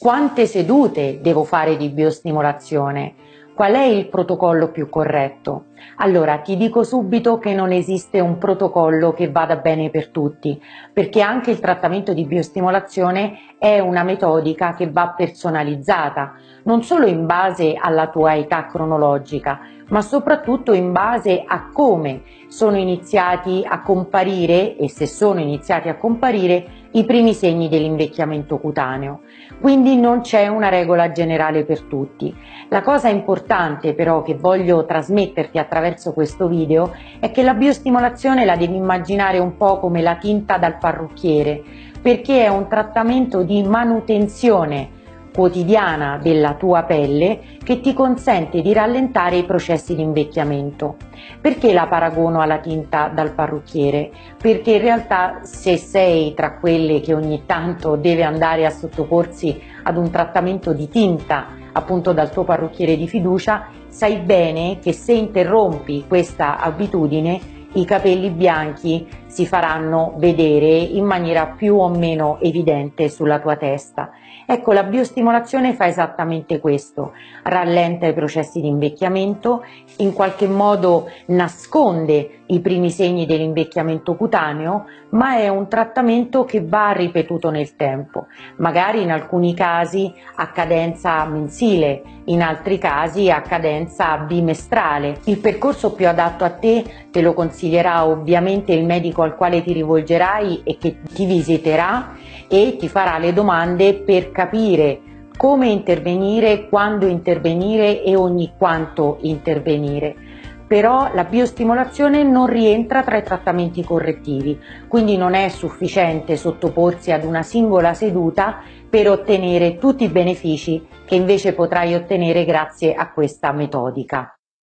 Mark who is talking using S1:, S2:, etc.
S1: Quante sedute devo fare di biostimolazione? Qual è il protocollo più corretto? Allora, ti dico subito che non esiste un protocollo che vada bene per tutti, perché anche il trattamento di biostimolazione è una metodica che va personalizzata, non solo in base alla tua età cronologica, ma soprattutto in base a come sono iniziati a comparire, e se sono iniziati a comparire, i primi segni dell'invecchiamento cutaneo. Quindi non c'è una regola generale per tutti. La cosa importante però che voglio trasmetterti attraverso questo video è che la biostimolazione la devi immaginare un po' come la tinta dal parrucchiere, perché è un trattamento di manutenzione quotidiana della tua pelle che ti consente di rallentare i processi di invecchiamento. Perché la paragono alla tinta dal parrucchiere? Perché in realtà, se sei tra quelle che ogni tanto deve andare a sottoporsi ad un trattamento di tinta appunto dal tuo parrucchiere di fiducia, sai bene che se interrompi questa abitudine i capelli bianchi si faranno vedere in maniera più o meno evidente sulla tua testa. Ecco, la biostimolazione fa esattamente questo: rallenta i processi di invecchiamento, in qualche modo nasconde i primi segni dell'invecchiamento cutaneo, ma è un trattamento che va ripetuto nel tempo, magari in alcuni casi a cadenza mensile, in altri casi a cadenza bimestrale. Il percorso più adatto a te lo consiglierà ovviamente il medico al quale ti rivolgerai e che ti visiterà e ti farà le domande per capire come intervenire, quando intervenire e ogni quanto intervenire. Però la biostimolazione non rientra tra i trattamenti correttivi, quindi non è sufficiente sottoporsi ad una singola seduta per ottenere tutti i benefici che invece potrai ottenere grazie a questa metodica.